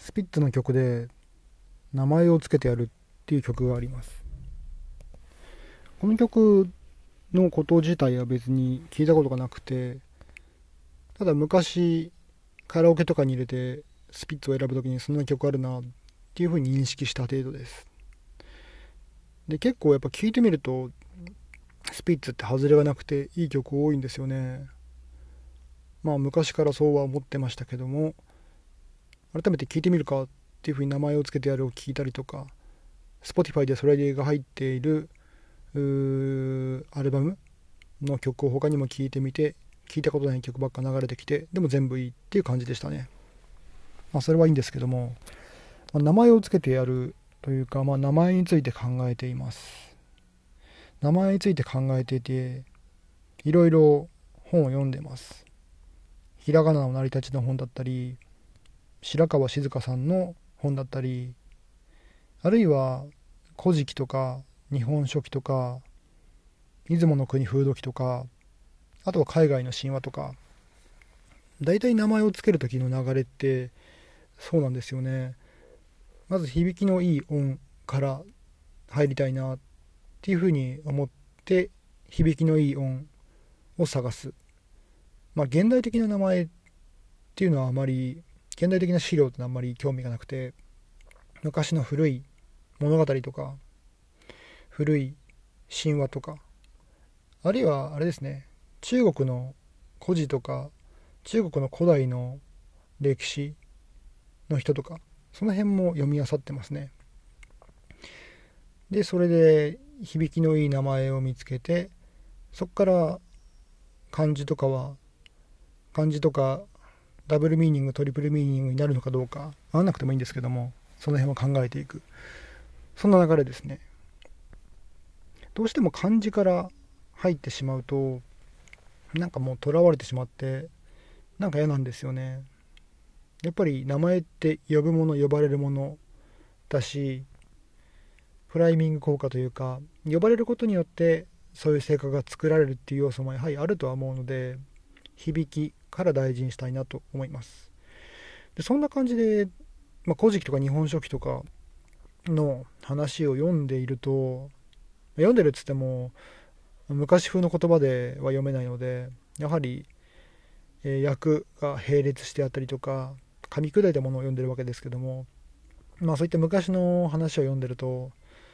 スピッツの曲で名前をつけてやるっていう曲があります。この曲のこと自体は別に聞いたことがなくて、ただ昔カラオケとかに入れてスピッツを選ぶときにそんな曲あるなっていう風に認識した程度です。で、結構やっぱ聞いてみるとスピッツって外れがなくていい曲多いんですよね。まあ昔からそうは思ってましたけども、改めて聞いてみるかっていう風に名前をつけてやるを聞いたりとか、Spotify でそれが入っているアルバムの曲を他にも聴いてみて、聞いたことない曲ばっか流れてきて、でも全部いいっていう感じでしたね。まあそれはいいんですけども、名前をつけてやるというか、名前について考えています。名前について考えていて、いろいろ本を読んでます。ひらがなの成り立ちの本だったり、白川静香さんの本だったり、あるいは古事記とか日本書紀とか出雲の国風土記とか、あとは海外の神話とか、大体名前をつける時の流れってそうなんですよね。まず響きのいい音から入りたいなっていうふうに思って、響きのいい音を探す。現代的な名前っていうのはあまり、現代的な資料ってあんまり興味がなくて、昔の古い物語とか古い神話とか、あるいはあれですね、中国の古事とか中国の古代の歴史の人とか、その辺も読み漁ってますね。でそれで響きのいい名前を見つけて、そこから漢字とかは漢字とかダブルミーニングトリプルミーニングになるのかどうか、合わなくてもいいんですけども、その辺は考えていく、そんな流れですね。どうしても漢字から入ってしまうと、なんかもう囚われてしまって、なんか嫌なんですよね。やっぱり名前って呼ぶもの呼ばれるものだし、プライミング効果というか、呼ばれることによってそういう性格が作られるっていう要素もやはりあるとは思うので、響きから大事にしたいなと思います。でそんな感じで、古事記とか日本書紀とかの話を読んでいると、読んでるっつっても昔風の言葉では読めないので、やはり、訳が並列してあったりとか噛み砕いたものを読んでるわけですけども、そういった昔の話を読んでると、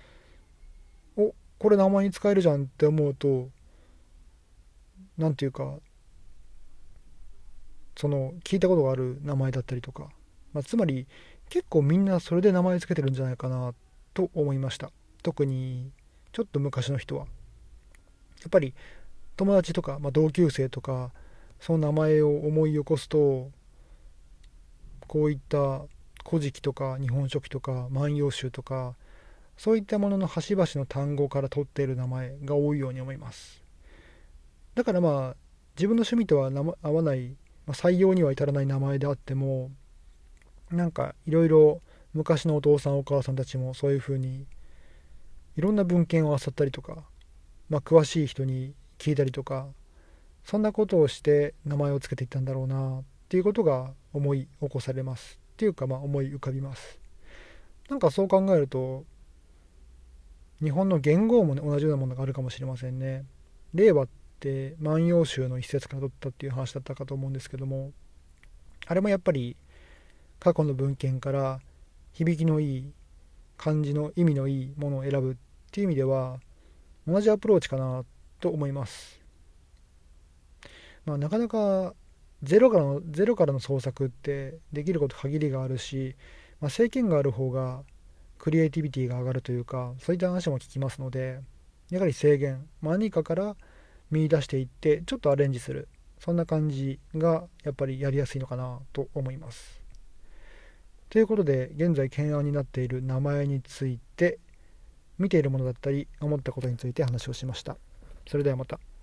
これ名前に使えるじゃんって思うと、なんていうか、その聞いたことがある名前だったりとか、つまり結構みんなそれで名前つけてるんじゃないかなと思いました。特にちょっと昔の人はやっぱり友達とか、同級生とか、その名前を思い起こすと、こういった古事記とか日本書紀とか万葉集とか、そういったものの端々の単語から取っている名前が多いように思います。だから自分の趣味とは合わない、採用には至らない名前であっても、なんかいろいろ昔のお父さんお母さんたちもそういう風にいろんな文献を漁ったりとか、詳しい人に聞いたりとか、そんなことをして名前をつけていったんだろうなっていうことが思い起こされますっていうか、思い浮かびます。なんかそう考えると、日本の元号も、ね、同じようなものがあるかもしれませんね。令和って万葉集の一節から取ったっていう話だったかと思うんですけども、あれもやっぱり過去の文献から響きのいい漢字の意味のいいものを選ぶっていう意味では同じアプローチかなと思います。なかなかゼロからの創作ってできること限りがあるし、制限がある方がクリエイティビティが上がるというか、そういった話も聞きますので、やはり制限、何かから見出していってちょっとアレンジする、そんな感じがやっぱりやりやすいのかなと思います。ということで、現在懸案になっている名前について、見ているものだったり思ったことについて話をしました。それではまた。